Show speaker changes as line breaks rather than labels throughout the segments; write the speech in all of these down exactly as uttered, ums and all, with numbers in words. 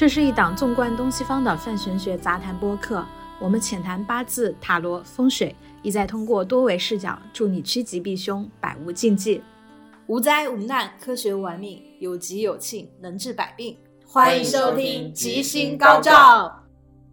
这是一档纵观东西方的泛玄学杂谈播客，我们浅谈八字、塔罗、风水，意在通过多维视角助你趋吉避凶，百无禁忌。
无灾无难，科学玩命，有吉有庆，能治百病。
欢迎收听吉星高照。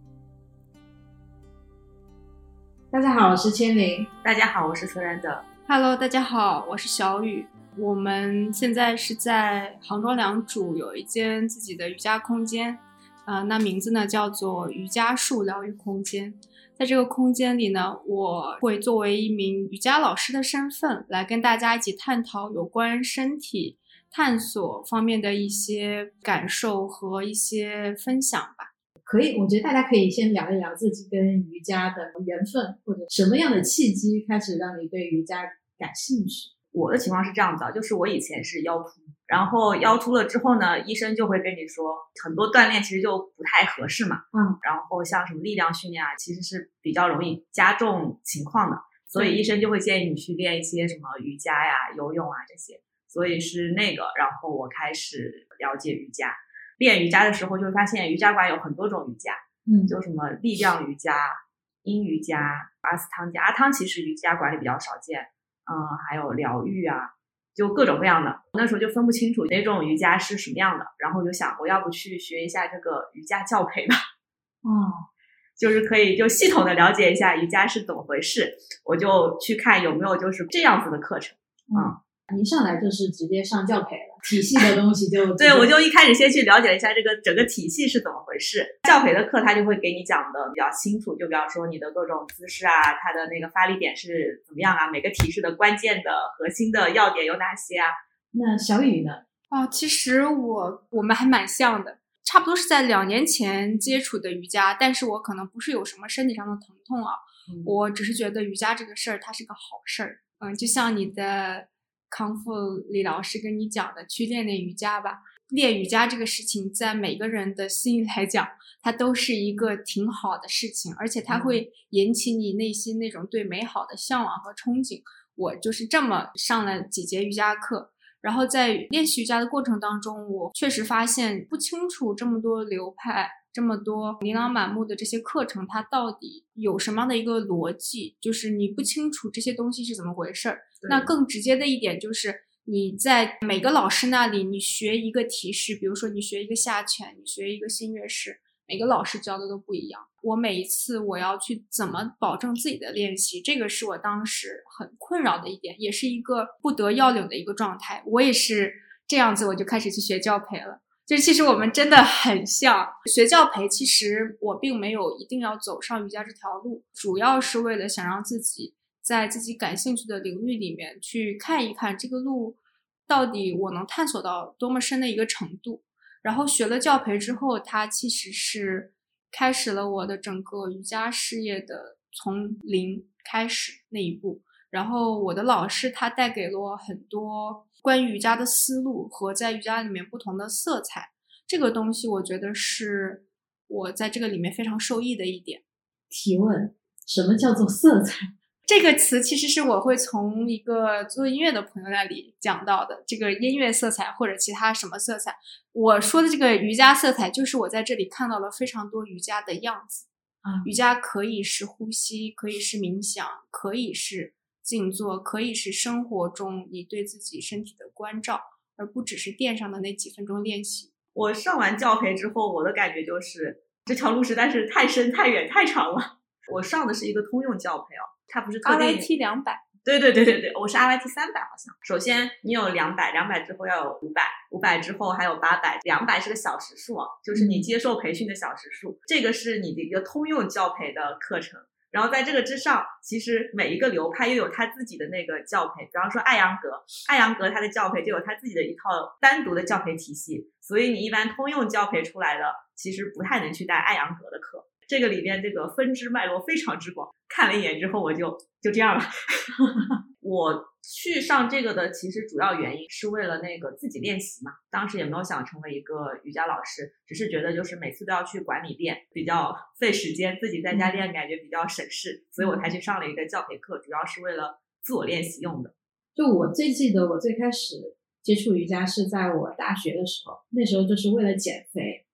大家好，我是千灵。
大家好，我是崔然德。
Hello， 大家好，我是小雨。我们现在是在杭州良渚有一间自己的瑜伽空间，呃，那名字呢叫做瑜伽树疗愈空间。在这个空间里呢，我会作为一名瑜伽老师的身份来跟大家一起探讨有关身体探索方面的一些感受和一些分享吧。
可以，我觉得大家可以先聊一聊自己跟瑜伽的缘分，或者什么样的契机开始让你对瑜伽感兴趣。
我的情况是这样子，就是我以前是腰突，然后腰突了之后呢，医生就会跟你说很多锻炼其实就不太合适嘛，
嗯，
然后像什么力量训练啊，其实是比较容易加重情况的，所以医生就会建议你去练一些什么瑜伽呀、游泳啊这些，所以是那个，然后我开始了解瑜伽。练瑜伽的时候就会发现瑜伽馆有很多种瑜伽，
嗯，
就什么力量瑜伽、阴瑜伽、阿斯汤加，阿汤其实瑜伽馆里比较少见，嗯，还有疗愈啊，就各种各样的。那时候就分不清楚哪种瑜伽是什么样的，然后就想我要不去学一下这个瑜伽教培吧，
哦，
就是可以就系统的了解一下瑜伽是怎么回事，我就去看有没有就是这样子的课程，嗯。
你一上来就是直接上教培了，体系的东西就
对，我就一开始先去了解了一下这个整个体系是怎么回事。教培的课他就会给你讲的比较清楚，就比方说你的各种姿势啊，它的那个发力点是怎么样啊，每个体式的关键的核心的要点有哪些啊。
那小雨呢？
哦，其实我我们还蛮像的，差不多是在两年前接触的瑜伽，但是我可能不是有什么身体上的疼痛啊，嗯、我只是觉得瑜伽这个事儿它是个好事儿，嗯，就像你的康复李老师跟你讲的，去练练瑜伽吧。练瑜伽这个事情在每个人的心里来讲，它都是一个挺好的事情，而且它会引起你内心那种对美好的向往和憧憬。我就是这么上了几节瑜伽课，然后在练习瑜伽的过程当中，我确实发现不清楚这么多流派，这么多琳琅满目的这些课程，它到底有什么样的一个逻辑，就是你不清楚这些东西是怎么回事儿。那更直接的一点就是你在每个老师那里，你学一个体式，比如说你学一个下犬，你学一个新月式，每个老师教的都不一样。我每一次我要去怎么保证自己的练习，这个是我当时很困扰的一点，也是一个不得要领的一个状态。我也是这样子，我就开始去学教培了。就是其实我们真的很像，学教培其实我并没有一定要走上瑜伽这条路，主要是为了想让自己在自己感兴趣的领域里面去看一看这个路到底我能探索到多么深的一个程度。然后学了教培之后，它其实是开始了我的整个瑜伽事业的从零开始那一步。然后我的老师他带给了我很多关于瑜伽的思路和在瑜伽里面不同的色彩，这个东西我觉得是我在这个里面非常受益的一点。
提问，什么叫做色彩？
这个词其实是我会从一个做音乐的朋友那里讲到的，这个音乐色彩或者其他什么色彩，我说的这个瑜伽色彩就是我在这里看到了非常多瑜伽的样子。
嗯、
瑜伽可以是呼吸，可以是冥想，可以是静坐，可以是生活中你对自己身体的关照，而不只是垫上的那几分钟练习。
我上完教培之后，我的感觉就是这条路实在是太深太远太长了。我上的是一个通用教培哦，它不是特定
R Y T 两百，
对对对对对，我是 R Y T 三百好像。首先你有两百，两百之后要有五百，五百之后还有八百，两百是个小时数啊，就是你接受培训的小时数，这个是你的一个通用教培的课程。然后在这个之上，其实每一个流派又有他自己的那个教培，比方说艾扬格，艾扬格他的教培就有他自己的一套单独的教培体系，所以你一般通用教培出来的其实不太能去带艾扬格的课。这个里面这个分支脉络非常之广，看了一眼之后我就就这样了。我去上这个的其实主要原因是为了那个自己练习嘛，当时也没有想成为一个瑜伽老师，只是觉得就是每次都要去馆里练比较费时间，自己在家练感觉比较省事，所以我才去上了一个教培课，主要是为了自我练习用的。
就我最记得我最开始接触瑜伽是在我大学的时候，那时候就是为了减肥，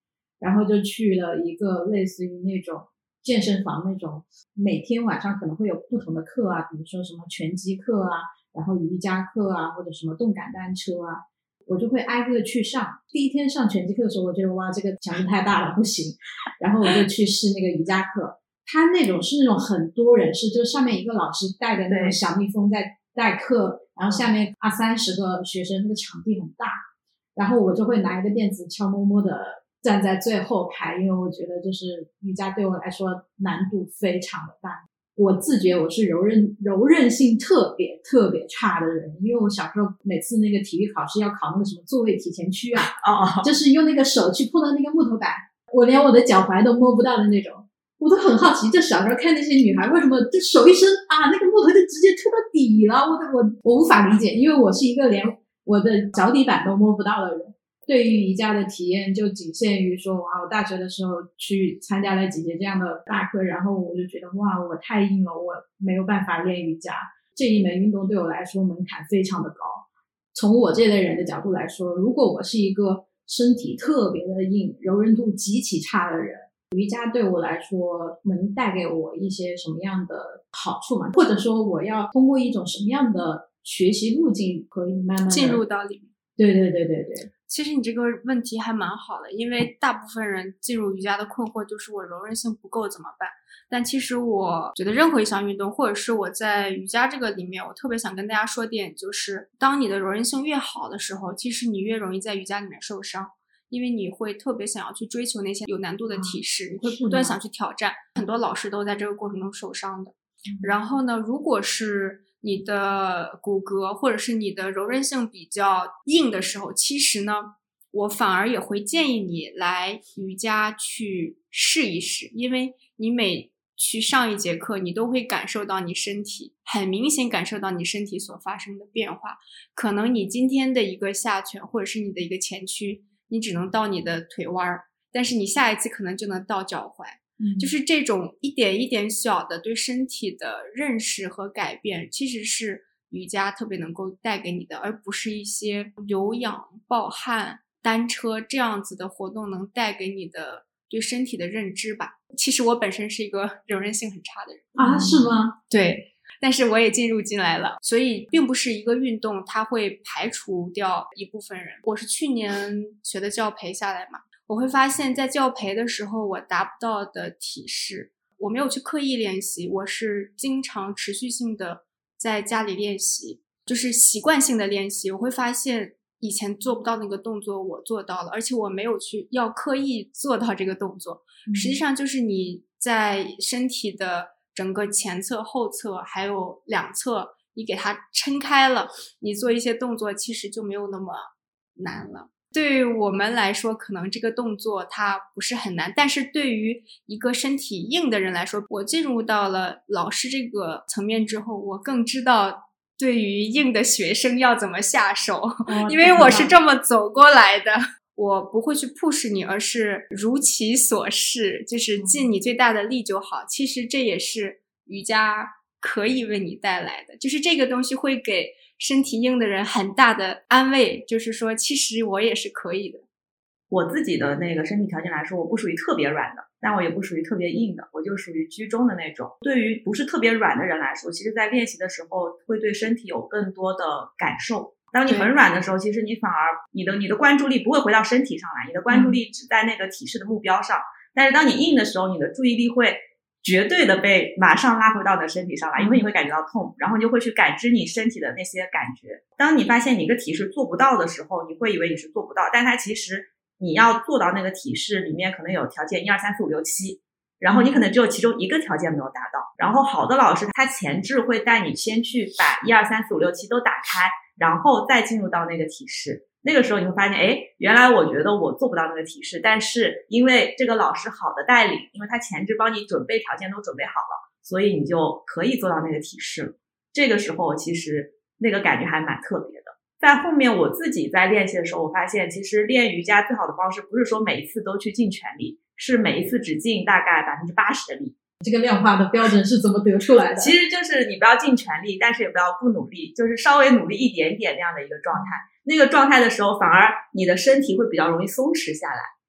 然后就去了一个类似于那种健身房那种，每天晚上可能会有不同的课啊，比如说什么拳击课啊，然后瑜伽课啊，或者什么动感单车啊，我就会挨个去上。第一天上拳击课的时候，我觉得哇，这个强度太大了，不行，然后我就去试那个瑜伽课。他那种是那种很多人是，就上面一个老师带着那种小蜜蜂在代课，然后下面二三十个学生，那个场地很大，然后我就会拿一个垫子悄摸摸的站在最后排，因为我觉得就是瑜伽对我来说难度非常的大。我自觉我是柔韧柔韧性特别特别差的人，因为我小时候每次那个体育考试要考那个什么座位体前屈啊，哦，就是用那个手去碰到那个木头板，我连我的脚踝都摸不到的那种。我都很好奇，这小时候看那些女孩为什么这手一伸啊，那个木头就直接推到底了，我我我无法理解，因为我是一个连我的脚底板都摸不到的人。对于瑜伽的体验就仅限于说，哇，我大学的时候去参加了几节这样的大课，然后我就觉得哇，我太硬了，我没有办法练瑜伽。这一门运动对我来说门槛非常的高。从我这类人的角度来说，如果我是一个身体特别的硬，柔韧度极其差的人，瑜伽对我来说能带给我一些什么样的好处吗？或者说我要通过一种什么样的学习路径可以慢慢
进入到里面？
对对对对对。
其实你这个问题还蛮好的，因为大部分人进入瑜伽的困惑就是我柔韧性不够怎么办？但其实我觉得任何一项运动，或者是我在瑜伽这个里面，我特别想跟大家说点，就是当你的柔韧性越好的时候，其实你越容易在瑜伽里面受伤。因为你会特别想要去追求那些有难度的体式，你会不断想去挑战，很多老师都在这个过程中受伤的。然后呢，如果是你的骨骼或者是你的柔韧性比较硬的时候，其实呢，我反而也会建议你来瑜伽去试一试，因为你每去上一节课，你都会感受到你身体，很明显感受到你身体所发生的变化。可能你今天的一个下拳或者是你的一个前屈，你只能到你的腿弯，但是你下一次可能就能到脚踝。嗯，就是这种一点一点小的对身体的认识和改变，其实是瑜伽特别能够带给你的，而不是一些有氧、暴汗、单车这样子的活动能带给你的对身体的认知吧。其实我本身是一个柔韧性很差的人
啊，是吗？
对，但是我也进入进来了，所以并不是一个运动它会排除掉一部分人。我是去年学的教培下来嘛，我会发现在教培的时候我达不到的体式，我没有去刻意练习，我是经常持续性的在家里练习，就是习惯性的练习。我会发现以前做不到那个动作我做到了，而且我没有去要刻意做到这个动作，嗯，实际上就是你在身体的整个前侧、后侧还有两侧，你给它撑开了，你做一些动作其实就没有那么难了。对于我们来说，可能这个动作它不是很难，但是对于一个身体硬的人来说，我进入到了老师这个层面之后，我更知道对于硬的学生要怎么下手，哦，因为我是这么走过来的。我不会去 push 你，而是如其所示，就是尽你最大的力就好。其实这也是瑜伽可以为你带来的，就是这个东西会给身体硬的人很大的安慰，就是说其实我也是可以的。
我自己的那个身体条件来说，我不属于特别软的，但我也不属于特别硬的，我就属于居中的那种。对于不是特别软的人来说，其实在练习的时候会对身体有更多的感受。当你很软的时候，其实你反而你的你的关注力不会回到身体上来，你的关注力只在那个体式的目标上。但是当你硬的时候，你的注意力会绝对的被马上拉回到你的身体上来，因为你会感觉到痛，然后你就会去感知你身体的那些感觉。当你发现你一个体式做不到的时候，你会以为你是做不到，但它其实你要做到那个体式里面可能有条件一二三四五六七，然后你可能只有其中一个条件没有达到。然后好的老师他前置会带你先去把一二三四五六七都打开，然后再进入到那个体式。那个时候你会发现，诶，原来我觉得我做不到那个体式，但是因为这个老师好的带领，因为他前置帮你准备条件都准备好了，所以你就可以做到那个体式。这个时候其实那个感觉还蛮特别的。在后面我自己在练习的时候，我发现其实练瑜伽最好的方式不是说每一次都去尽全力，是每一次只尽大概 百分之八十 的力。
这个量化的标准是怎么得出来的？
其实就是你不要尽全力，但是也不要不努力，就是稍微努力一点点那样的一个状态。那个状态的时候，反而你的身体会比较容易松弛下来。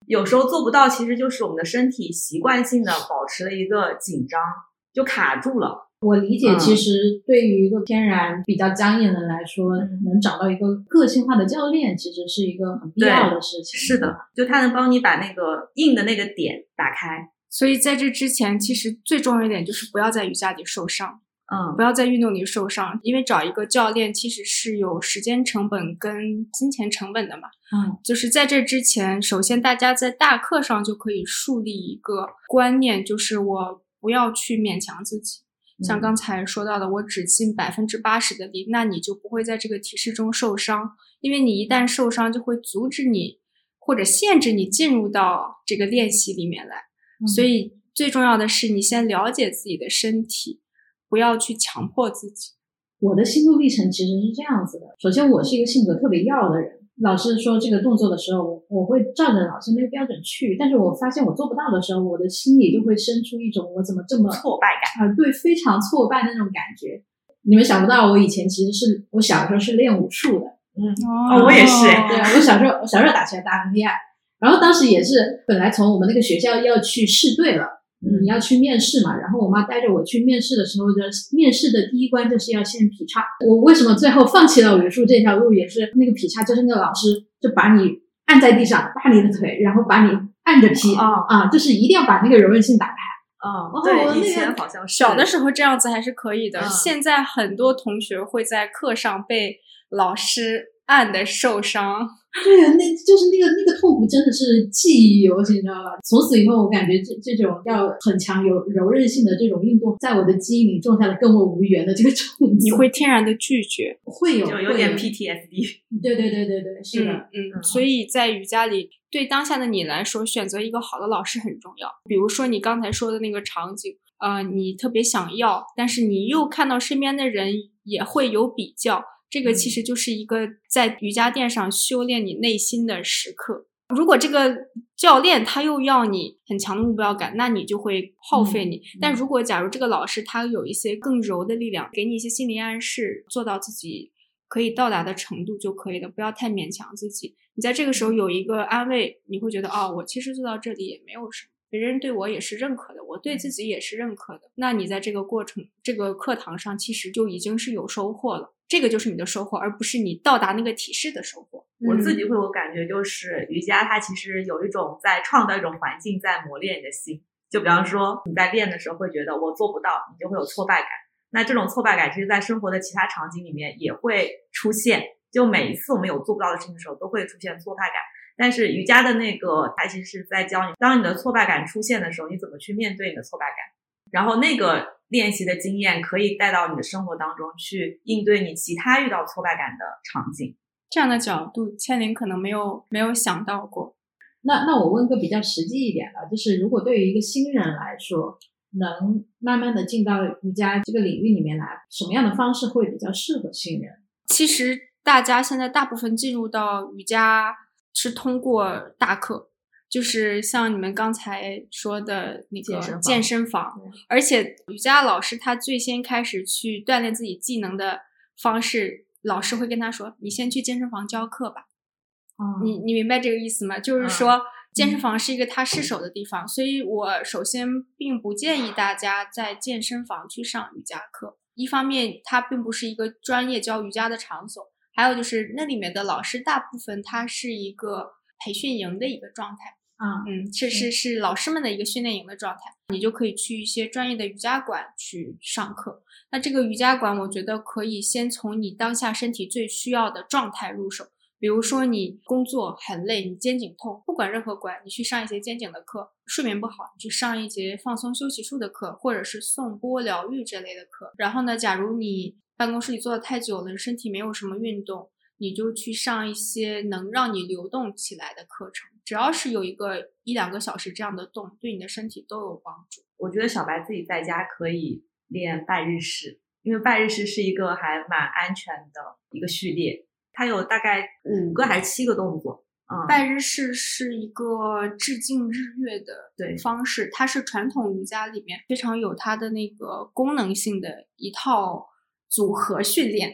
有时候做不到，其实就是我们的身体习惯性的保持了一个紧张，就卡住了。
我理解，其实对于一个天然比较僵硬的人来说，嗯、能找到一个个性化的教练，其实是一个很必要的事情。
是的，就他能帮你把那个硬的那个点打开。
所以在这之前，其实最重要一点就是不要在瑜伽里受伤。
嗯，
不要在运动里受伤，因为找一个教练其实是有时间成本跟金钱成本的嘛。
嗯，
就是在这之前，首先大家在大课上就可以树立一个观念，就是我不要去勉强自己。嗯、像刚才说到的，我只尽百分之八十的力，那你就不会在这个体式中受伤，因为你一旦受伤，就会阻止你或者限制你进入到这个练习里面来。嗯、所以最重要的是，你先了解自己的身体。不要去强迫自己。
我的心路历程其实是这样子的，首先我是一个性格特别要的人，老师说这个动作的时候，我我会照着老师那个标准去，但是我发现我做不到的时候，我的心里就会生出一种我怎么这么
挫败感
啊、呃，对，非常挫败的那种感觉。你们想不到，我以前其实是我小时候是练武术的，
嗯，哦，我也是，
对，我小时候我小时候打拳打得很厉害，然后当时也是本来从我们那个学校要去试队了。你要去面试嘛，然后我妈带着我去面试的时候，就面试的第一关就是要先劈叉。我为什么最后放弃了武术这条路，也是那个劈叉，就是那个老师就把你按在地上，扒你的腿，然后把你按着劈、
哦、
啊，就是一定要把那个柔韧性打开。
哦，
哦
对，
那个、
以前好像是
小的时候这样子还是可以的、
嗯、
现在很多同学会在课上被老师按的受伤。
对啊，那就是那个那个痛苦真的是记忆犹新，你知道吧？从此以后，我感觉这这种要很强有柔韧性的这种运动，在我的基因里种下了跟我无缘的这个种子。
你会天然的拒绝，
会有
就有点 P T S D。
对对对对对，是的，
嗯嗯。所以在瑜伽里，对当下的你来说，选择一个好的老师很重要。比如说你刚才说的那个场景，呃，你特别想要，但是你又看到身边的人也会有比较。这个其实就是一个在瑜伽垫上修炼你内心的时刻。如果这个教练他又要你很强的目标感，那你就会耗费你、嗯、但如果假如这个老师他有一些更柔的力量，给你一些心理暗示，做到自己可以到达的程度就可以了，不要太勉强自己。你在这个时候有一个安慰，你会觉得哦，我其实做到这里也没有什么，别人对我也是认可的，我对自己也是认可的，那你在这个过程这个课堂上其实就已经是有收获了，这个就是你的收获，而不是你到达那个体式的收获。
我自己会有感觉，就是瑜伽它其实有一种在创造一种环境，在磨练你的心。就比方说你在练的时候会觉得我做不到，你就会有挫败感，那这种挫败感其实在生活的其他场景里面也会出现，就每一次我们有做不到的事情的时候都会出现挫败感。但是瑜伽的那个它其实是在教你，当你的挫败感出现的时候，你怎么去面对你的挫败感，然后那个练习的经验可以带到你的生活当中去应对你其他遇到挫败感的场景。
这样的角度千灵可能没有没有想到过。
那那我问个比较实际一点的，就是如果对于一个新人来说，能慢慢的进到瑜伽这个领域里面来，什么样的方式会比较适合新人？
其实大家现在大部分进入到瑜伽是通过大课，就是像你们刚才说的那个健身房，而且瑜伽老师他最先开始去锻炼自己技能的方式，老师会跟他说你先去健身房教课吧、嗯、你你明白这个意思吗？就是说、嗯、健身房是一个他失手的地方、嗯、所以我首先并不建议大家在健身房去上瑜伽课，一方面它并不是一个专业教瑜伽的场所，还有就是那里面的老师大部分它是一个培训营的一个状态
啊，
嗯，是是是老师们的一个训练营的状态，你就可以去一些专业的瑜伽馆去上课。那这个瑜伽馆我觉得可以先从你当下身体最需要的状态入手，比如说你工作很累，你肩颈痛，不管任何馆，你去上一节肩颈的课，睡眠不好，你去上一节放松休息术的课，或者是颂钵疗愈这类的课。然后呢，假如你办公室里坐得太久了，身体没有什么运动，你就去上一些能让你流动起来的课程，只要是有一个一两个小时这样的动，对你的身体都有帮助。
我觉得小白自己在家可以练拜日式，因为拜日式是一个还蛮安全的一个序列，它有大概五个还是七个动作。嗯，
拜日式是一个致敬日月的方式，它是传统瑜伽里面非常有它的那个功能性的一套组合训练。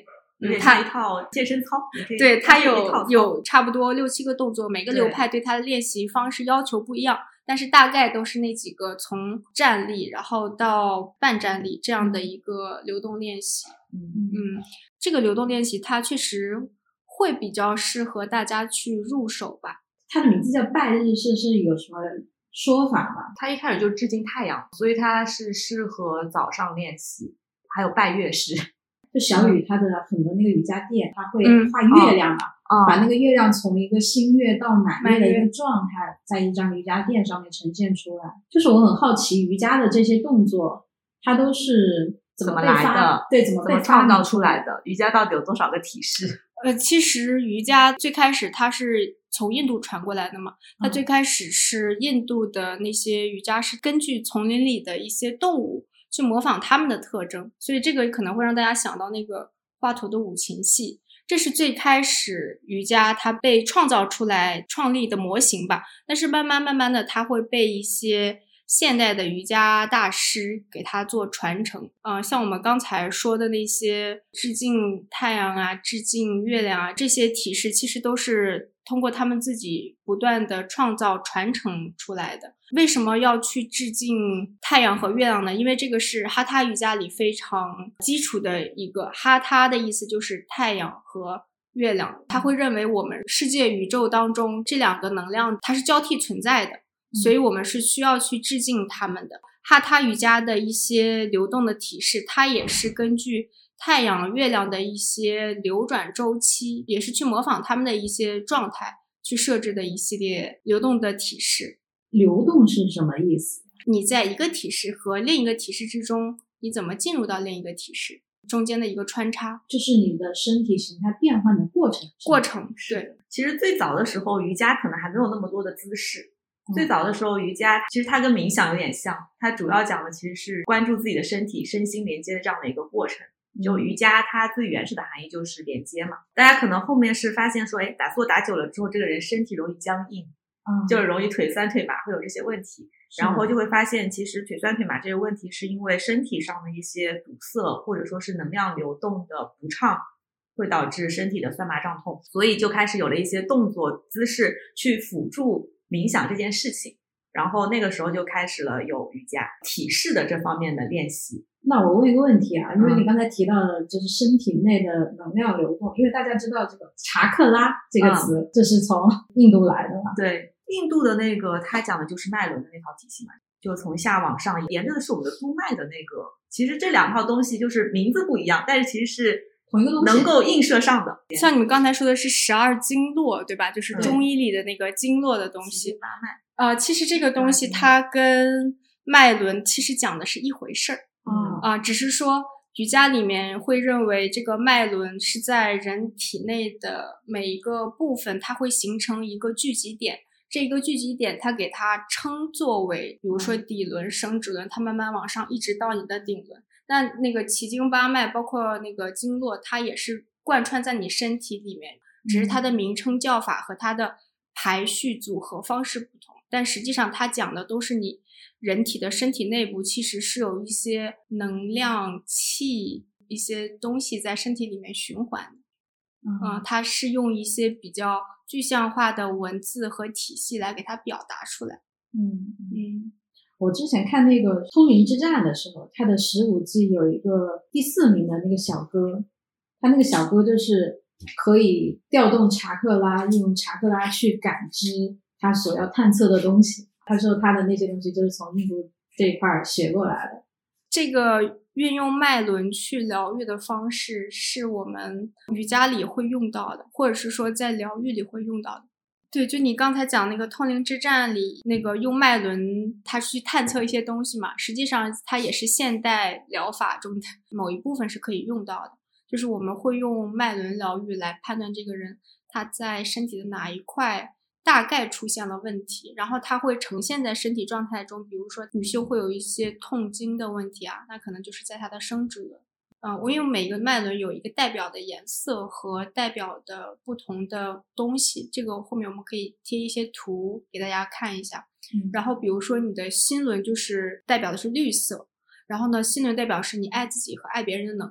有点像一套健身操。
对，它有有差不多六七个动作，每个流派对它的练习方式要求不一样，但是大概都是那几个，从站立然后到半站立这样的一个流动练习。
嗯
嗯，这个流动练习它确实会比较适合大家去入手吧。
它的名字叫拜日式，是有什么说法吗？
它一开始就致敬太阳，所以它是适合早上练习。还有拜月式，
就小雨他的很多那个瑜伽垫，他会画月亮嘛，
嗯哦、
把那个月亮从一个新月到满月的一个状态，在一张瑜伽垫上面呈现出来。就是我很好奇，瑜伽的这些动作，它都是怎么
来的？
对，怎么被
创造出来的？瑜伽到底有多少个体式？
呃，其实瑜伽最开始它是从印度传过来的嘛，它最开始是印度的那些瑜伽是根据丛林里的一些动物去模仿他们的特征，所以这个可能会让大家想到那个华佗的五禽戏，这是最开始瑜伽它被创造出来创立的模型吧。但是慢慢慢慢的，它会被一些现代的瑜伽大师给它做传承。呃，像我们刚才说的那些致敬太阳啊、致敬月亮啊，这些体式其实都是通过他们自己不断的创造传承出来的。为什么要去致敬太阳和月亮呢？因为这个是哈他瑜伽里非常基础的一个，哈他的意思就是太阳和月亮，他会认为我们世界宇宙当中这两个能量它是交替存在的，所以我们是需要去致敬他们的。哈他瑜伽的一些流动的体式，它也是根据太阳月亮的一些流转周期，也是去模仿他们的一些状态去设置的一系列流动的体式。
流动是什么意思？
你在一个体式和另一个体式之中，你怎么进入到另一个体式中间的一个穿插，
就是你的身体形态变换的过程。
过程对。
其实最早的时候瑜伽可能还没有那么多的姿势，最早的时候瑜伽其实它跟冥想有点像，它主要讲的其实是关注自己的身体身心连接的这样的一个过程。就瑜伽它最原始的含义就是连接嘛，大家可能后面是发现说，哎，打坐打久了之后，这个人身体容易僵硬，嗯，就是容易腿酸腿麻，会有这些问题，然后就会发现其实腿酸腿麻这个问题是因为身体上的一些堵塞，或者说是能量流动的不畅，会导致身体的酸麻胀痛，所以就开始有了一些动作姿势去辅助冥想这件事情，然后那个时候就开始了有瑜伽体式的这方面的练习。
那我问一个问题啊，因为你刚才提到的就是身体内的能量流动，因为大家知道这个查克拉这个词，嗯，这是从印度来的嘛？
对，印度的那个他讲的就是脉轮的那套体系嘛，就从下往上沿着的是我们的督脉的那个，其实这两套东西就是名字不一样，但是其实是
同一个东西，
能够映射上的。
像你们刚才说的是十二经络，对吧？就是中医里的那个经络的东西。
八脉。
呃，其实这个东西它跟脉轮其实讲的是一回事儿。
嗯
啊、呃，只是说瑜伽里面会认为这个脉轮是在人体内的每一个部分，它会形成一个聚集点。这个聚集点，它给它称作为，比如说底轮、生殖轮，它慢慢往上，一直到你的顶轮。那那个奇经八脉，包括那个经络，它也是贯穿在你身体里面，只是它的名称叫法和它的排序组合方式不同，但实际上它讲的都是你人体的身体内部其实是有一些能量气一些东西在身体里面循环的。嗯、呃，它是用一些比较具象化的文字和体系来给它表达出来。
嗯
嗯，
我之前看那个《通灵之战》的时候，它的十五季有一个第四名的那个小哥，他那个小哥就是可以调动查克拉，利用查克拉去感知他所要探测的东西。他说他的那些东西就是从印度这一块学过来的。
这个运用脉轮去疗愈的方式是我们瑜伽里会用到的，或者是说在疗愈里会用到的。对，就你刚才讲那个通灵之战里那个用脉轮它去探测一些东西嘛，实际上它也是现代疗法中的某一部分是可以用到的，就是我们会用脉轮疗愈来判断这个人他在身体的哪一块大概出现了问题，然后它会呈现在身体状态中，比如说女性会有一些痛经的问题啊，那可能就是在她的生殖轮。嗯，我因为每个脉轮有一个代表的颜色和代表的不同的东西，这个后面我们可以贴一些图给大家看一下。
嗯，
然后比如说你的心轮就是代表的是绿色，然后呢心轮代表是你爱自己和爱别人的能力，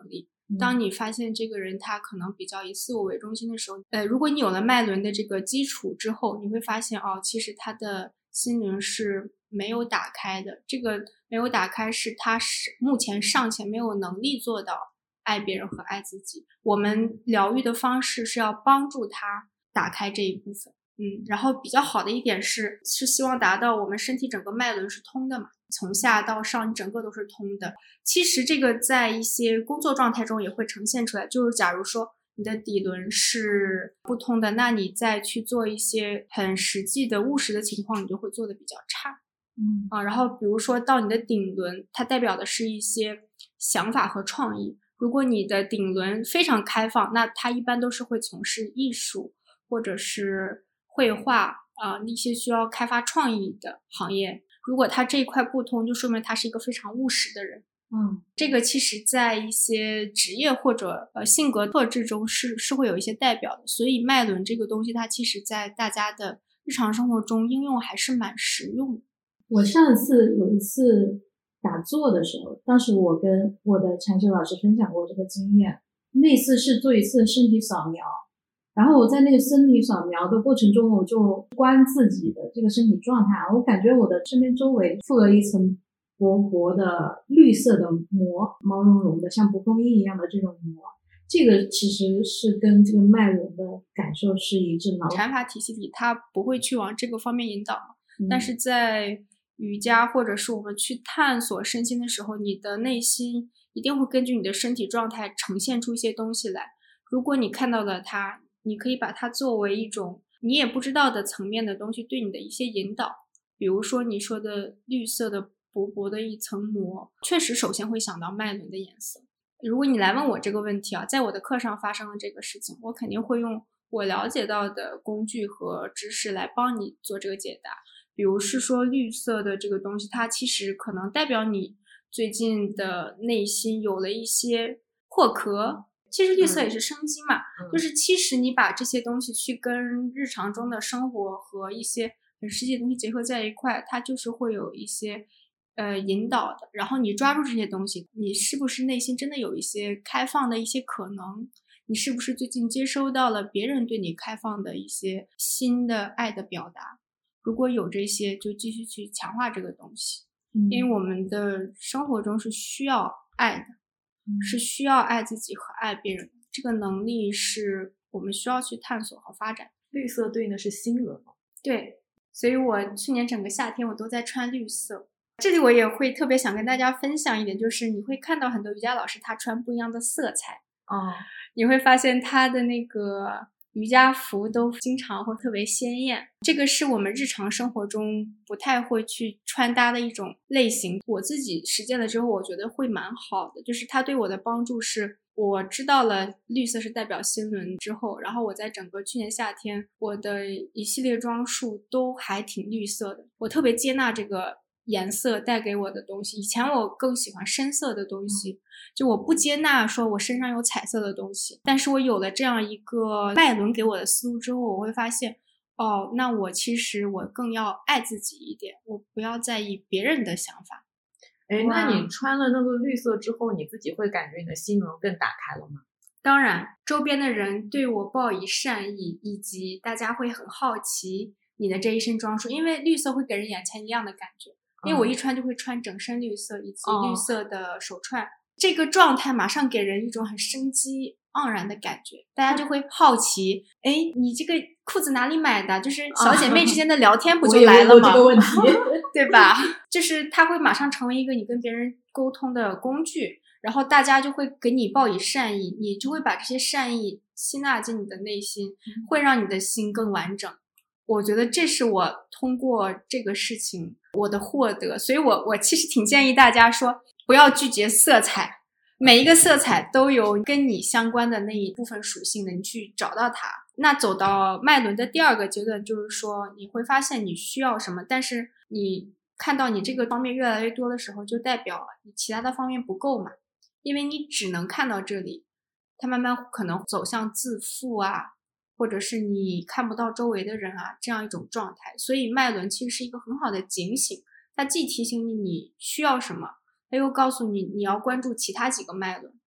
当你发现这个人他可能比较以自我为中心的时候，呃，如果你有了脉轮的这个基础之后，你会发现哦，其实他的心轮是没有打开的。这个没有打开是他是目前尚且没有能力做到爱别人和爱自己。我们疗愈的方式是要帮助他打开这一部分。嗯，然后比较好的一点是，是希望达到我们身体整个脉轮是通的嘛，从下到上你整个都是通的。其实这个在一些工作状态中也会呈现出来，就是假如说你的底轮是不通的，那你再去做一些很实际的务实的情况，你就会做的比较差。
嗯
啊，然后比如说到你的顶轮，它代表的是一些想法和创意。如果你的顶轮非常开放，那它一般都是会从事艺术或者是绘画啊、呃、一些需要开发创意的行业。如果他这一块不通，就说明他是一个非常务实的人。
嗯，
这个其实在一些职业或者呃性格特质中是是会有一些代表的。所以脉轮这个东西，它其实在大家的日常生活中应用还是蛮实用的。
我上次有一次打坐的时候，当时我跟我的禅修老师分享过这个经验。那次是做一次身体扫描，然后我在那个身体扫描的过程中，我就观自己的这个身体状态，我感觉我的身边周围覆了一层薄薄的绿色的膜，毛茸茸的像蒲公英一样的这种膜，这个其实是跟这个脉轮的感受是一致的。
禅法体系里它不会去往这个方面引导、
嗯、
但是在瑜伽或者是我们去探索身心的时候，你的内心一定会根据你的身体状态呈现出一些东西来。如果你看到了它，你可以把它作为一种你也不知道的层面的东西对你的一些引导。比如说你说的绿色的薄薄的一层膜，确实首先会想到脉轮的颜色。如果你来问我这个问题啊，在我的课上发生了这个事情，我肯定会用我了解到的工具和知识来帮你做这个解答。比如是说绿色的这个东西，它其实可能代表你最近的内心有了一些破壳。其实绿色也是生机嘛、嗯、就是其实你把这些东西去跟日常中的生活和一些很实际的东西结合在一块，它就是会有一些呃引导的。然后你抓住这些东西，你是不是内心真的有一些开放的一些可能？你是不是最近接收到了别人对你开放的一些新的爱的表达？如果有这些，就继续去强化这个东西、嗯、因为我们的生活中是需要爱的、嗯、是需要爱自己和爱别人的，这个能力是我们需要去探索和发展。
绿色对应的是心轮吗？
对，所以我去年整个夏天我都在穿绿色。这里我也会特别想跟大家分享一点，就是你会看到很多瑜伽老师他穿不一样的色彩
哦，
你会发现他的那个瑜伽服都经常会特别鲜艳，这个是我们日常生活中不太会去穿搭的一种类型。我自己实践了之后，我觉得会蛮好的，就是它对我的帮助是，我知道了绿色是代表心轮之后，然后我在整个去年夏天，我的一系列装束都还挺绿色的，我特别接纳这个颜色带给我的东西。以前我更喜欢深色的东西，就我不接纳说我身上有彩色的东西，但是我有了这样一个脉轮给我的思路之后，我会发现哦，那我其实我更要爱自己一点，我不要在意别人的想法。
哎，那你穿了那个绿色之后，你自己会感觉你的心轮更打开了吗？
当然，周边的人对我报以善意，以及大家会很好奇你的这一身装束，因为绿色会给人眼前一亮的感觉，因为我一穿就会穿整身绿色以及绿色的手串、哦、这个状态马上给人一种很生机盎然的感觉，大家就会好奇，哎，你这个裤子哪里买的？就是小姐妹之间的聊天不就来了吗？
我也问过这个问题
对吧？就是它会马上成为一个你跟别人沟通的工具，然后大家就会给你报以善意，你就会把这些善意吸纳进你的内心，会让你的心更完整。我觉得这是我通过这个事情我的获得，所以我我其实挺建议大家说，不要拒绝色彩，每一个色彩都有跟你相关的那一部分属性的，你去找到它。那走到脉轮的第二个阶段，就是说你会发现你需要什么，但是你看到你这个方面越来越多的时候，就代表你其他的方面不够嘛，因为你只能看到这里，它慢慢可能走向自负啊，或者是你看不到周围的人啊，这样一种状态。所以脉轮其实是一个很好的警醒，它既提醒你你需要什么，它又告诉你你要关注其他几个脉轮。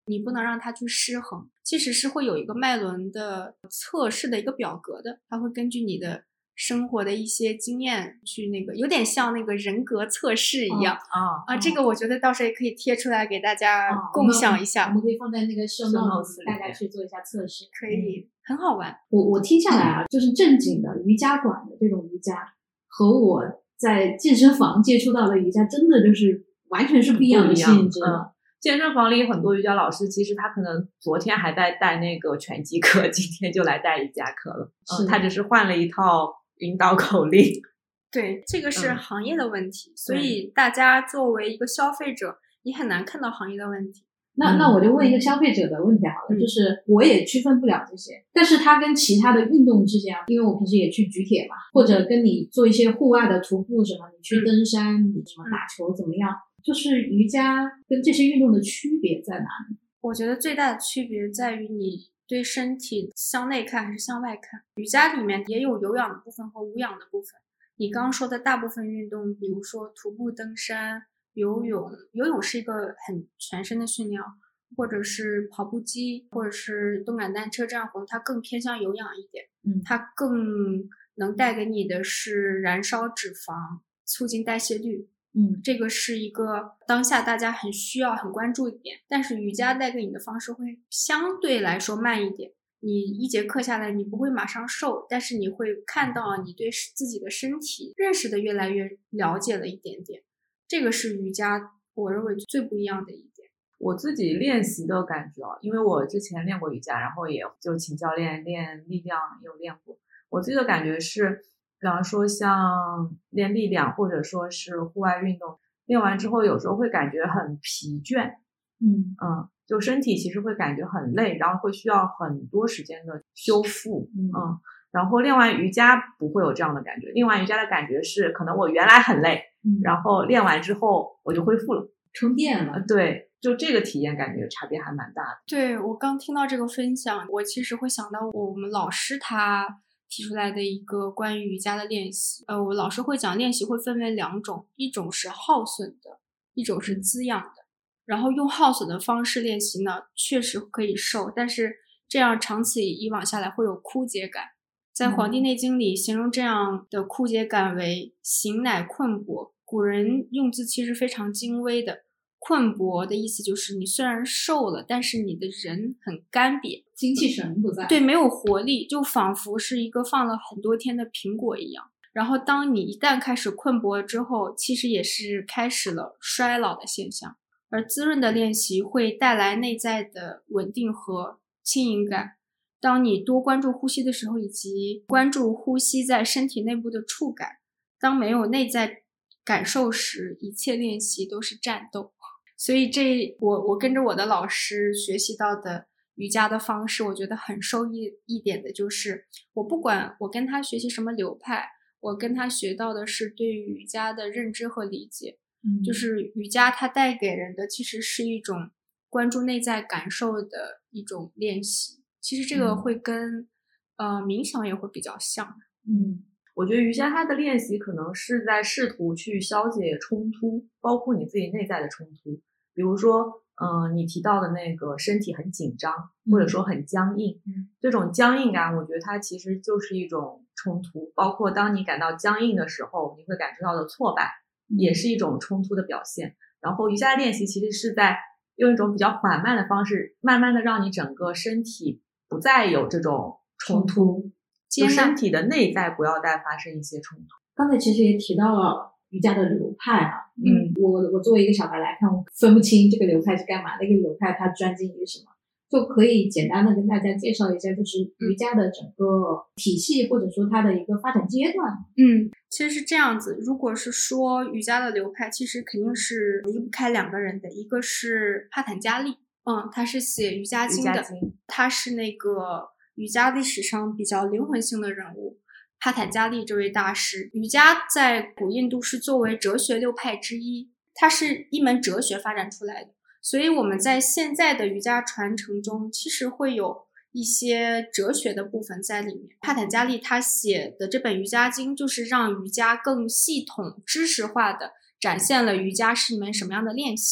你不能让它去失衡。其实是会有一个脉轮的测试的一个表格的，它会根据你的生活的一些经验去那个，有点像那个人格测试一样
啊、
哦、啊！这个我觉得到时候也可以贴出来给大家共享一下，
哦、我们可以放在那个show notes大家去做一下测试，
可以、嗯、很好玩。
我我听下来啊，就是正经的瑜伽馆的这种瑜伽和我在健身房接触到的瑜伽，真的就是完全是不一样的性质了。
健身房里很多瑜伽老师，其实他可能昨天还在带那个拳击课，今天就来带瑜伽课了。嗯，他只是换了一套引导口令。
对，这个是行业的问题，嗯、所以大家作为一个消费者，你很难看到行业的问题。
那那我就问一个消费者的问题好了，嗯、就是我也区分不了这些，但是它跟其他的运动之间，因为我平时也去举铁嘛，或者跟你做一些户外的徒步什么，你去登山，嗯、你什么打球怎么样？就是瑜伽跟这些运动的区别在哪里？
我觉得最大的区别在于你对身体向内看还是向外看。瑜伽里面也有有氧的部分和无氧的部分。你刚刚说的大部分运动，比如说徒步、登山、游泳，游泳是一个很全身的训练，或者是跑步机，或者是动感单车这样活动，它更偏向有氧一点。
嗯，
它更能带给你的是燃烧脂肪，促进代谢率。
嗯，
这个是一个当下大家很需要、很关注一点。但是瑜伽带给你的方式会相对来说慢一点。你一节课下来，你不会马上瘦，但是你会看到你对自己的身体认识的越来越了解了一点点。这个是瑜伽我认为最不一样的一点。
我自己练习的感觉啊，因为我之前练过瑜伽，然后也就请教练练力量也有练过。我自己的感觉是，比方说像练力量或者说是户外运动，练完之后有时候会感觉很疲倦，
嗯
嗯，就身体其实会感觉很累，然后会需要很多时间的修复，
嗯
嗯，然后练完瑜伽不会有这样的感觉，练完瑜伽的感觉是可能我原来很累，
嗯，
然后练完之后我就恢复了，
充电了，
对，就这个体验感觉差别还蛮大的。
对，我刚听到这个分享，我其实会想到我们老师他提出来的一个关于瑜伽的练习。呃，我老师会讲练习会分为两种，一种是耗损的，一种是滋养的。然后用耗损的方式练习呢，确实可以瘦，但是这样长此以往下来会有枯竭感。在《黄帝内经》里形容这样的枯竭感为形乃困帛，古人用字其实非常精微的。困帛的意思就是你虽然瘦了，但是你的人很干瘪，
精气神不在，
对，没有活力，就仿佛是一个放了很多天的苹果一样。然后当你一旦开始困帛之后，其实也是开始了衰老的现象。而滋润的练习会带来内在的稳定和轻盈感。当你多关注呼吸的时候，以及关注呼吸在身体内部的触感，当没有内在感受时，一切练习都是战斗。所以这我我跟着我的老师学习到的瑜伽的方式，我觉得很受益一点的就是，我不管我跟他学习什么流派，我跟他学到的是对于瑜伽的认知和理解。
嗯，
就是瑜伽它带给人的其实是一种关注内在感受的一种练习。其实这个会跟、嗯、呃冥想也会比较像。
嗯，
我觉得瑜伽它的练习可能是在试图去消解冲突，包括你自己内在的冲突。比如说，嗯、呃，你提到的那个身体很紧张，或者说很僵硬，
嗯，
这种僵硬感，我觉得它其实就是一种冲突。包括当你感到僵硬的时候，你会感受到的挫败，也是一种冲突的表现。然后瑜伽的练习其实是在用一种比较缓慢的方式，慢慢的让你整个身体不再有这种冲突，就身体的内在不要再发生一些冲突。
刚才其实也提到了瑜伽的流派啊，嗯，我我作为一个小白来看，我分不清这个流派是干嘛，那个流派它专精于什么，就可以简单的跟大家介绍一下，就是瑜伽的整个体系，或者说它的一个发展阶段。
嗯，其实是这样子，如果是说瑜伽的流派，其实肯定是离不开两个人的，一个是帕坦加利，嗯，他是写瑜伽经的，
经
他是那个瑜伽历史上比较灵魂性的人物。帕坦加利这位大师，瑜伽在古印度是作为哲学六派之一，它是一门哲学发展出来的。所以我们在现在的瑜伽传承中，其实会有一些哲学的部分在里面。帕坦加利他写的这本瑜伽经，就是让瑜伽更系统知识化的展现了瑜伽是一门什么样的练习嘛。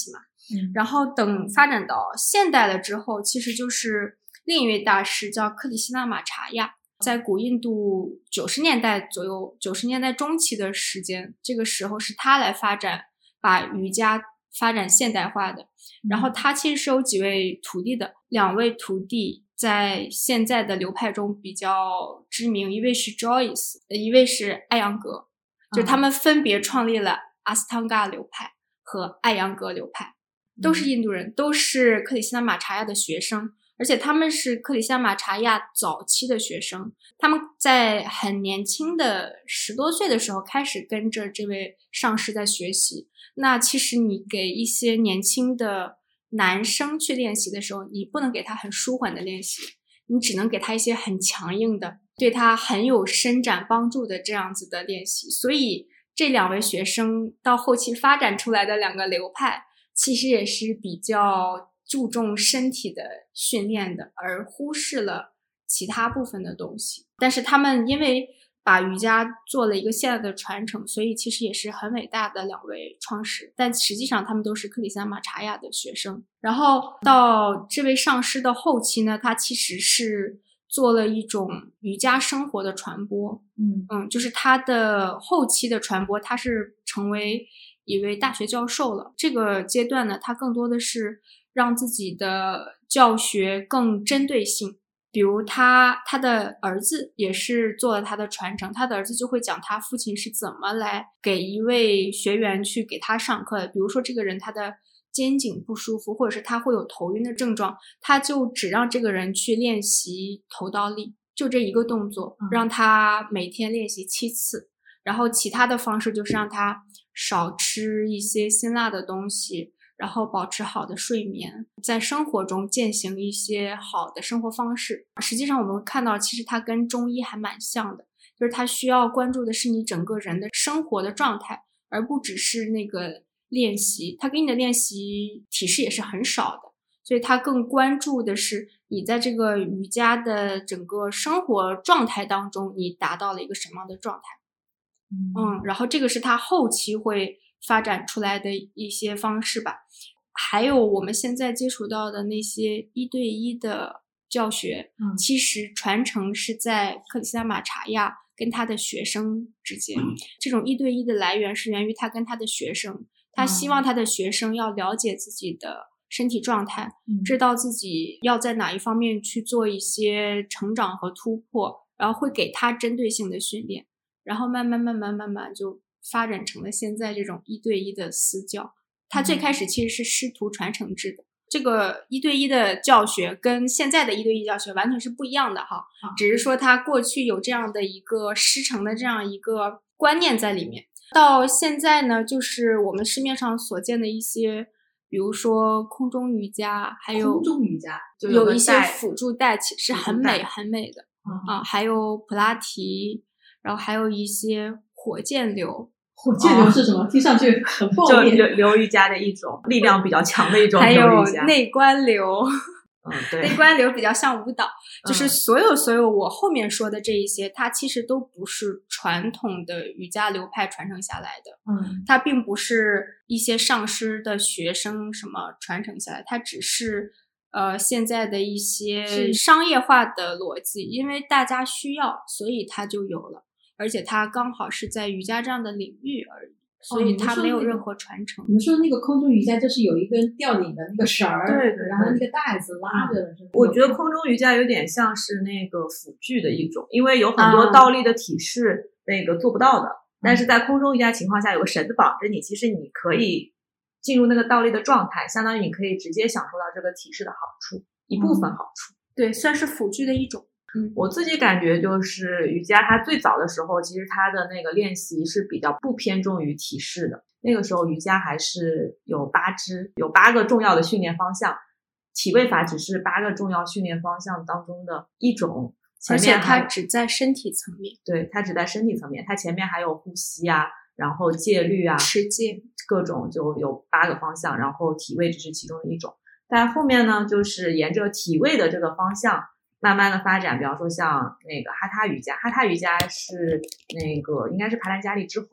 嗯，然后等发展到现代了之后，其实就是另一位大师叫克里希那马查亚，在古印度九十年代左右，九十年代中期的时间，这个时候是他来发展，把瑜伽发展现代化的。然后他其实是有几位徒弟的，两位徒弟在现在的流派中比较知名，一位是 Joyce， 一位是艾扬格，就他们分别创立了阿斯汤加流派和艾扬格流派，都是印度人，都是克里希那马查亚的学生，而且他们是克里希那马查亚早期的学生，他们在很年轻的十多岁的时候开始跟着这位上师在学习。那其实你给一些年轻的男生去练习的时候，你不能给他很舒缓的练习，你只能给他一些很强硬的，对他很有伸展帮助的这样子的练习。所以这两位学生到后期发展出来的两个流派，其实也是比较注重身体的训练的，而忽视了其他部分的东西。但是他们因为把瑜伽做了一个现代的传承，所以其实也是很伟大的两位创始，但实际上他们都是克里希那马查亚的学生。然后到这位上师的后期呢，他其实是做了一种瑜伽生活的传播，
嗯
嗯，就是他的后期的传播，他是成为一位大学教授了。这个阶段呢，他更多的是让自己的教学更针对性。比如他他的儿子也是做了他的传承，他的儿子就会讲他父亲是怎么来给一位学员去给他上课的。比如说这个人他的肩颈不舒服，或者是他会有头晕的症状，他就只让这个人去练习头倒立，就这一个动作，让他每天练习七次。然后其他的方式就是让他少吃一些辛辣的东西，然后保持好的睡眠，在生活中践行一些好的生活方式。实际上我们会看到，其实它跟中医还蛮像的，就是它需要关注的是你整个人的生活的状态，而不只是那个练习。它给你的练习提示也是很少的，所以它更关注的是你在这个瑜伽的整个生活状态当中，你达到了一个什么样的状态。嗯，然后这个是它后期会发展出来的一些方式吧。还有我们现在接触到的那些一对一的教学，
嗯，
其实传承是在克里希那马查亚跟他的学生之间，嗯，这种一对一的来源是源于他跟他的学生，他希望他的学生要了解自己的身体状态，
嗯，
知道自己要在哪一方面去做一些成长和突破，然后会给他针对性的训练，然后慢慢慢慢慢慢就发展成了现在这种一对一的私教。它最开始其实是师徒传承制的，这个一对一的教学跟现在的一对一教学完全是不一样的哈，只是说它过去有这样的一个师承的这样一个观念在里面。到现在呢，就是我们市面上所见的一些，比如说空中瑜伽，还有
空中瑜伽
就
有一些
带
辅助带，其实很美很美的
啊，
啊，还有普拉提，然后还有一些火箭流。
火箭流是什么？哦，听上去很暴
就
力。
流流瑜伽的一种力量比较强的一种
还有
流瑜伽。
内观流，
嗯，对，
内观流比较像舞蹈，就是所有所有我后面说的这一些，它其实都不是传统的瑜伽流派传承下来的，
嗯，
它并不是一些上师的学生什么传承下来，它只是呃现在的一些商业化的逻辑，因为大家需要，所以它就有了。而且它刚好是在瑜伽这样的领域而已，所以它没有任何传承。
哦，你们说那个空中瑜伽就是有一根吊顶的那个绳儿，
对对，
然后那个带子拉着的。
我觉得空中瑜伽有点像是那个辅具的一种，因为有很多倒立的体式那个做不到的，啊，但是在空中瑜伽情况下有个绳子绑着你，其实你可以进入那个倒立的状态，相当于你可以直接享受到这个体式的好处，一部分好处。
嗯，对，算是辅具的一种。
嗯，我自己感觉就是瑜伽它最早的时候，其实它的那个练习是比较不偏重于体式的。那个时候瑜伽还是有八支，有八个重要的训练方向，体位法只是八个重要训练方向当中的一种，
而且它只在身体层面。
对，它只在身体层面，它前面还有呼吸啊，然后戒律啊，
持戒，
各种就有八个方向，然后体位只是其中的一种。但后面呢，就是沿着体位的这个方向慢慢的发展，比方说像那个哈他瑜伽，哈他瑜伽是那个应该是帕兰加利之后，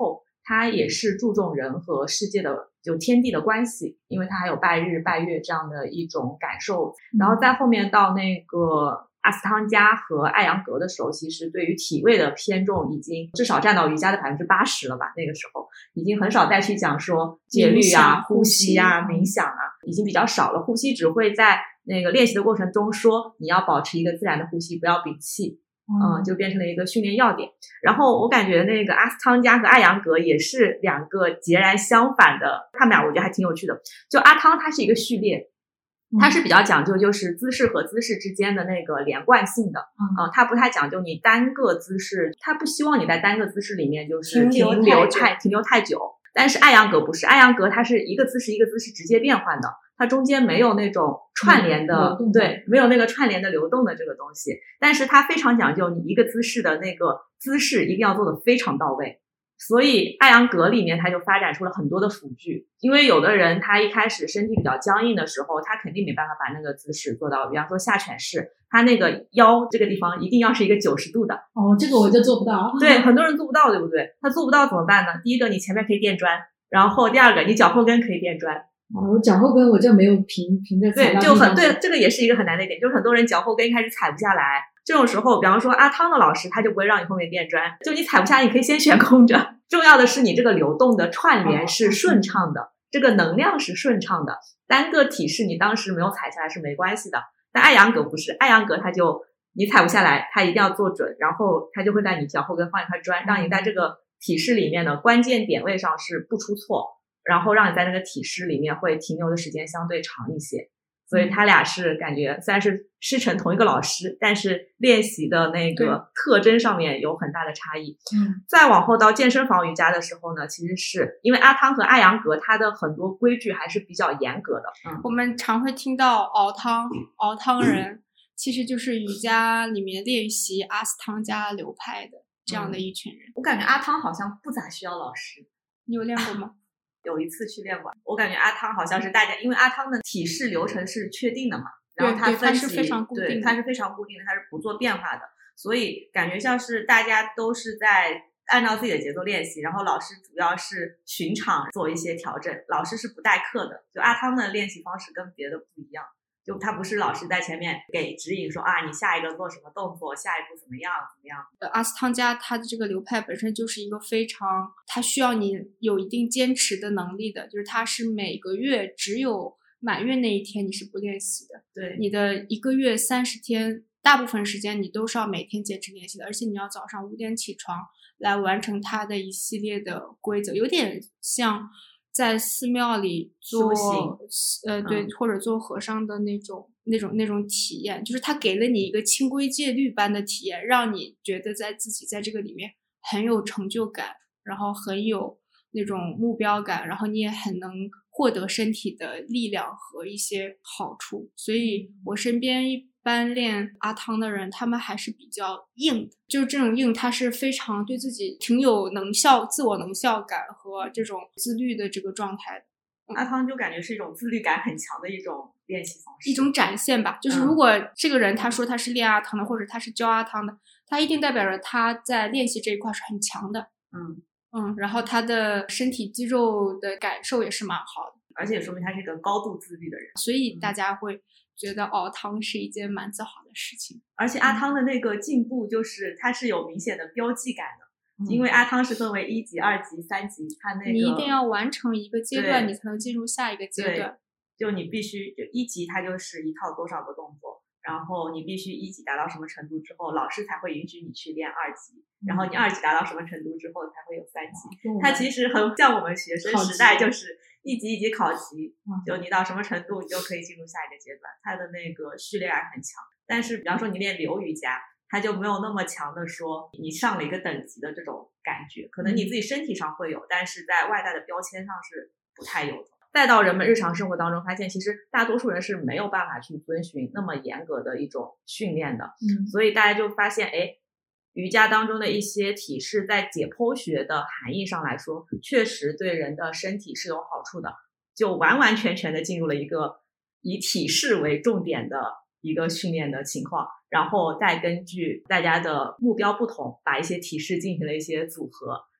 它也是注重人和世界的就天地的关系，因为它还有拜日拜月这样的一种感受。然后在后面到那个阿斯汤加和艾扬格的时候，其实对于体位的偏重已经至少占到瑜伽的百分之八十了吧，那个时候已经很少再去讲说节律啊、呼吸啊、冥想啊，已经比较少了。呼吸只会在那个练习的过程中说你要保持一个自然的呼吸，不要屏气，嗯，就变成了一个训练要点。然后我感觉那个阿斯汤加和艾扬格也是两个截然相反的，他们俩我觉得还挺有趣的。就阿汤它是一个序列，它是比较讲究就是姿势和姿势之间的那个连贯性的，嗯、呃，它不太讲究你单个姿势，它不希望你在单个姿势里面就是停留太停留太久。但是艾扬格不是，艾扬格它是一个姿势一个姿势直接变换的，它中间没有那种串联的，嗯、对，没有那个串联的流动的这个东西。但是它非常讲究你一个姿势的那个姿势一定要做得非常到位。所以艾扬格里面它就发展出了很多的辅具，因为有的人他一开始身体比较僵硬的时候，他肯定没办法把那个姿势做到，比方说下犬式，他那个腰这个地方一定要是一个九十度的。
哦，这个我就做不到。
对，很多人做不到，对不对？他做不到怎么办呢？第一个，你前面可以垫砖，然后第二个，你脚后跟可以垫砖。
哦，我脚后跟我就没有平平着踩到地上。
对，就很对，这个也是一个很难的一点，就是很多人脚后跟一开始踩不下来。这种时候，比方说阿汤的老师，他就不会让你后面垫砖，就你踩不下来，你可以先悬空着。重要的是你这个流动的串联是顺畅的，这个能量是顺畅的。单个体式你当时没有踩下来是没关系的，但艾扬格不是，艾扬格他就你踩不下来，他一定要做准，然后他就会在你脚后跟放一块砖，让你在这个体式里面的关键点位上是不出错，然后让你在那个体式里面会停留的时间相对长一些。所以他俩是感觉虽然是师承同一个老师，但是练习的那个特征上面有很大的差异。
嗯，
再往后到健身房瑜伽的时候呢，其实是因为阿汤和艾扬格它的很多规矩还是比较严格的。嗯，
我们常会听到熬汤，熬汤人、嗯、其实就是瑜伽里面练习阿斯汤加流派的这样的一群人。
嗯、我感觉阿汤好像不咋需要老师。
你有练过吗？
有一次去练过，我感觉阿汤好像是大家，因为阿汤的体式流程是确定的嘛，然后它分级，
对，它是非常固定的，
对，它是非常固定的，它是不做变化的，所以感觉像是大家都是在按照自己的节奏练习，然后老师主要是巡场做一些调整，老师是不代课的。就阿汤的练习方式跟别的不一样，就他不是老师在前面给指引说啊，你下一个做什么动作，下一步怎么样怎么样。
呃，阿斯汤加它的这个流派本身就是一个非常，它需要你有一定坚持的能力的，就是它是每个月只有满月那一天你是不练习的，
对，
你的一个月三十天，大部分时间你都是要每天坚持练习的，而且你要早上五点起床来完成它的一系列的规则，有点像在寺庙里做呃对、嗯、或者做和尚的那种那种那种体验，就是他给了你一个清规戒律般的体验，让你觉得在自己在这个里面很有成就感，然后很有那种目标感，然后你也很能获得身体的力量和一些好处。所以我身边一般练阿汤的人，他们还是比较硬的，就是这种硬他是非常对自己挺有能效自我能效感和这种自律的这个状态的。
嗯、阿汤就感觉是一种自律感很强的一种练习方式，
一种展现吧。就是如果这个人他说他是练阿汤的，或者他是教阿汤的，他一定代表着他在练习这一块是很强的。
嗯
嗯，然后他的身体肌肉的感受也是蛮好的，
而且也说明他是一个高度自律的人，
所以大家会觉得熬汤是一件蛮自豪的事情。
而且阿汤的那个进步就是它是有明显的标记感的、嗯、因为阿汤是分为一级二级三级，它那个
你一定要完成一个阶段你才能进入下一个阶段，
就你必须就一级它就是一套多少个动作，然后你必须一级达到什么程度之后老师才会允许你去练二级，然后你二级达到什么程度之后才会有三级、嗯、它其实很像我们学生时代，就是一级一级考级、嗯、就你到什么程度你就可以进入下一个阶段，它的那个序列感很强。但是比方说你练流瑜伽，它就没有那么强的说你上了一个等级的这种感觉，可能你自己身体上会有、嗯、但是在外在的标签上是不太有的。再到人们日常生活当中发现，其实大多数人是没有办法去遵循那么严格的一种训练的，
嗯，
所以大家就发现，哎，瑜伽当中的一些体式在解剖学的含义上来说，确实对人的身体是有好处的，就完完全全的进入了一个以体式为重点的一个训练的情况，然后再根据大家的目标不同，把一些体式进行了一些组合，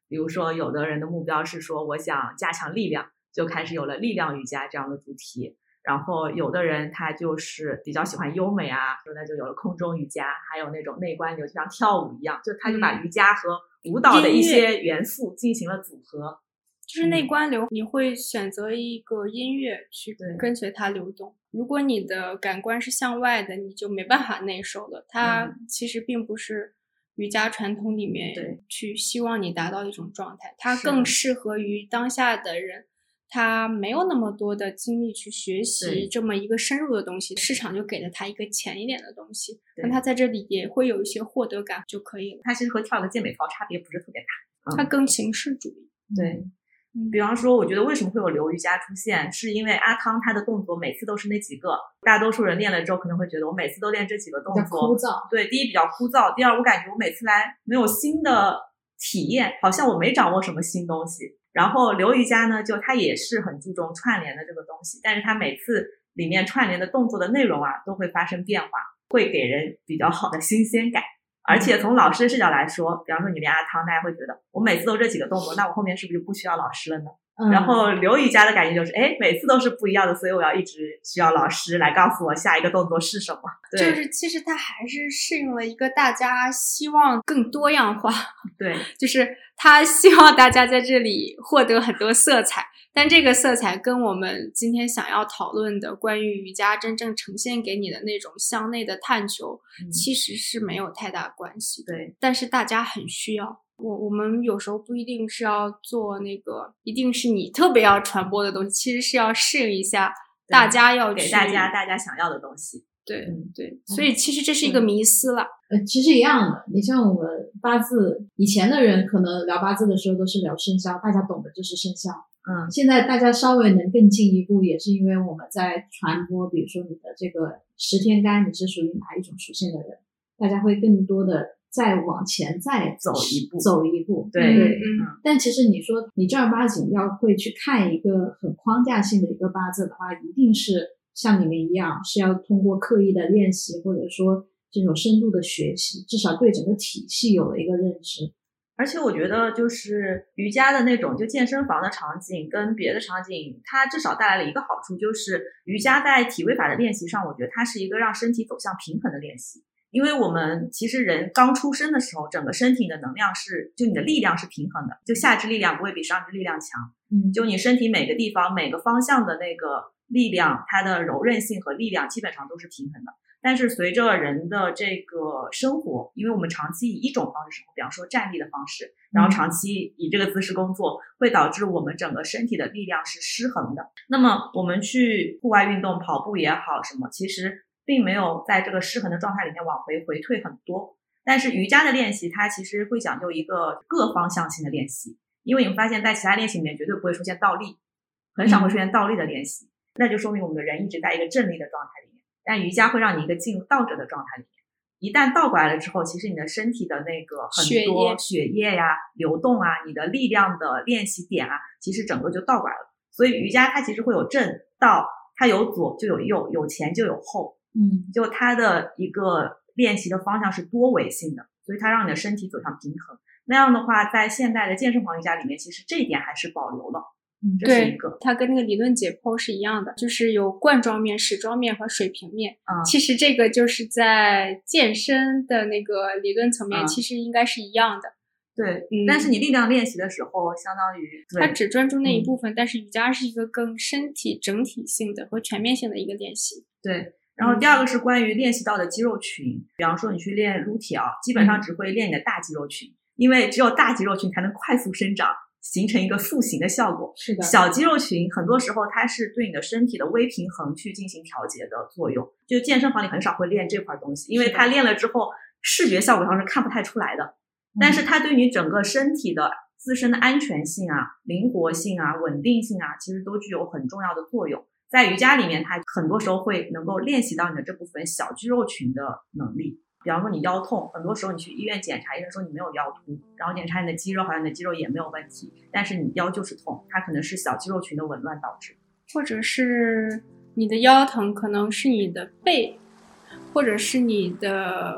比如说有的人的目标是说我想加强力量，就开始有了力量瑜伽这样的主题。然后有的人他就是比较喜欢优美啊，那就有了空中瑜伽，还有那种内观流，就像跳舞一样，就他就把瑜伽和舞蹈的一些元素进行了组合。
就是内观流，你会选择一个音乐去跟随它流动。如果你的感官是向外的，你就没办法内收了。它其实并不是瑜伽传统里面去希望你达到一种状态，它更适合于当下的人。他没有那么多的精力去学习这么一个深入的东西，市场就给了他一个浅一点的东西，那他在这里也会有一些获得感就可以了。
它其实和跳个健美操差别不是特别大，
它更形式主义。
嗯、对、嗯，比方说我觉得为什么会有流瑜伽出现，是因为阿汤他的动作每次都是那几个，大多数人练了之后可能会觉得我每次都练这几个动作，
比较枯燥。
对，第一比较枯燥，第二我感觉我每次来没有新的体验，好像我没掌握什么新东西。然后流瑜伽呢，就它也是很注重串联的这个东西，但是它每次里面串联的动作的内容啊都会发生变化，会给人比较好的新鲜感。而且从老师的视角来说，比方说你练阿汤，大家会觉得我每次都这几个动作，那我后面是不是就不需要老师了呢？嗯、然后流瑜伽的感觉就是，哎，每次都是不一样的，所以我要一直需要老师来告诉我下一个动作是什么。对，
就是其实它还是适应了一个大家希望更多样化。
对，
就是他希望大家在这里获得很多色彩，但这个色彩跟我们今天想要讨论的关于瑜伽真正呈现给你的那种向内的探求、嗯、其实是没有太大关系。
对，
但是大家很需要。我我们有时候不一定是要做那个一定是你特别要传播的东西，其实是要适应一下大家要去
给大家大家想要的东西。
对、嗯、对，所以其实这是一个迷思了。
呃，其实一样的。你像我们八字，以前的人可能聊八字的时候都是聊生肖，大家懂的就是生肖。嗯，现在大家稍微能更进一步，也是因为我们在传播，比如说你的这个十天干，你是属于哪一种属性的人，大家会更多的再往前再
走一步，
走一步。
对，
对
嗯。
但其实你说你正儿八经要会去看一个很框架性的一个八字的话，一定是像你们一样，是要通过刻意的练习，或者说这种深度的学习，至少对整个体系有了一个认知。
而且我觉得就是瑜伽的那种就健身房的场景跟别的场景，它至少带来了一个好处，就是瑜伽在体位法的练习上，我觉得它是一个让身体走向平衡的练习。因为我们其实人刚出生的时候，整个身体的能量是，就你的力量是平衡的，就下肢力量不会比上肢力量强。嗯，就你身体每个地方每个方向的那个力量，它的柔韧性和力量基本上都是平衡的。但是随着人的这个生活，因为我们长期以一种方式生活，比方说站立的方式，然后长期以这个姿势工作，会导致我们整个身体的力量是失衡的。那么我们去户外运动，跑步也好什么，其实并没有在这个失衡的状态里面往回回退很多。但是瑜伽的练习，它其实会讲究一个各方向性的练习，因为你们发现在其他练习里面绝对不会出现倒立，很少会出现倒立的练习、嗯、那就说明我们的人一直在一个正立的状态里面。但瑜伽会让你一个进入倒着的状态里面，一旦倒过来了之后，其实你的身体的那个很多血液呀、流动啊，你的力量的练习点啊，其实整个就倒过来了。所以瑜伽它其实会有正倒，它有左就有右，有前就有后，嗯，就它的一个练习的方向是多维性的，所以它让你的身体走向平衡。那样的话，在现代的健身房瑜伽里面，其实这一点还是保留了。嗯，这是一个，
它跟那个理论解剖是一样的，就是有冠状面、矢状面和水平面。嗯，其实这个就是在健身的那个理论层面，嗯、其实应该是一样的。
对、嗯，但是你力量练习的时候，相当于
它只专注那一部分、嗯，但是瑜伽是一个更身体整体性的和全面性的一个练习。
对。然后第二个是关于练习到的肌肉群，比方说你去练撸铁啊，基本上只会练你的大肌肉群，因为只有大肌肉群才能快速生长，形成一个塑形的效果。
是的，
小肌肉群很多时候它是对你的身体的微平衡去进行调节的作用，就健身房里很少会练这块东西，因为它练了之后视觉效果上是看不太出来的、嗯、但是它对你整个身体的自身的安全性啊、灵活性啊、稳定性啊，其实都具有很重要的作用。在瑜伽里面，它很多时候会能够练习到你的这部分小肌肉群的能力。比方说你腰痛，很多时候你去医院检查，医生说你没有腰突，然后检查你的肌肉，好像你的肌肉也没有问题，但是你腰就是痛，它可能是小肌肉群的紊乱导致。
或者是你的腰疼可能是你的背，或者是你的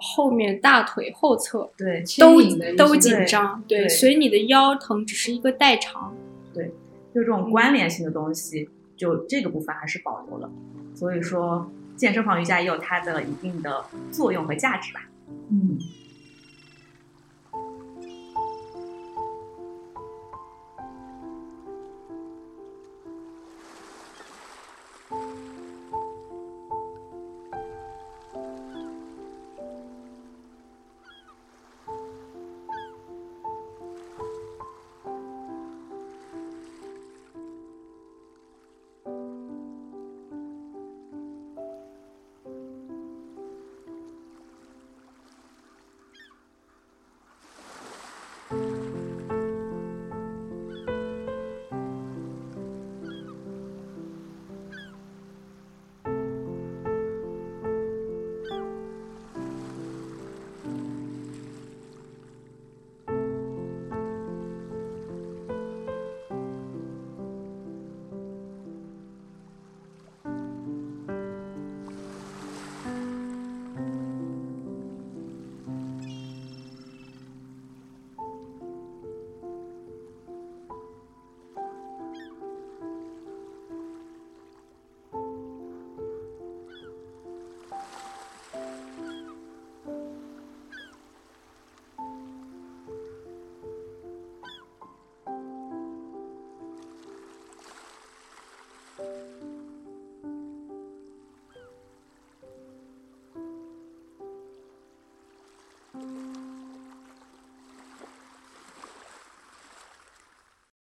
后面大腿后侧
对
都
牵引的一些
都紧张，对，
对
所以你的腰疼只是一个代偿。
对，就这种关联性的东西，就这个部分还是保留了。所以说，健身房瑜伽也有它的一定的作用和价值吧。
嗯。
嗯。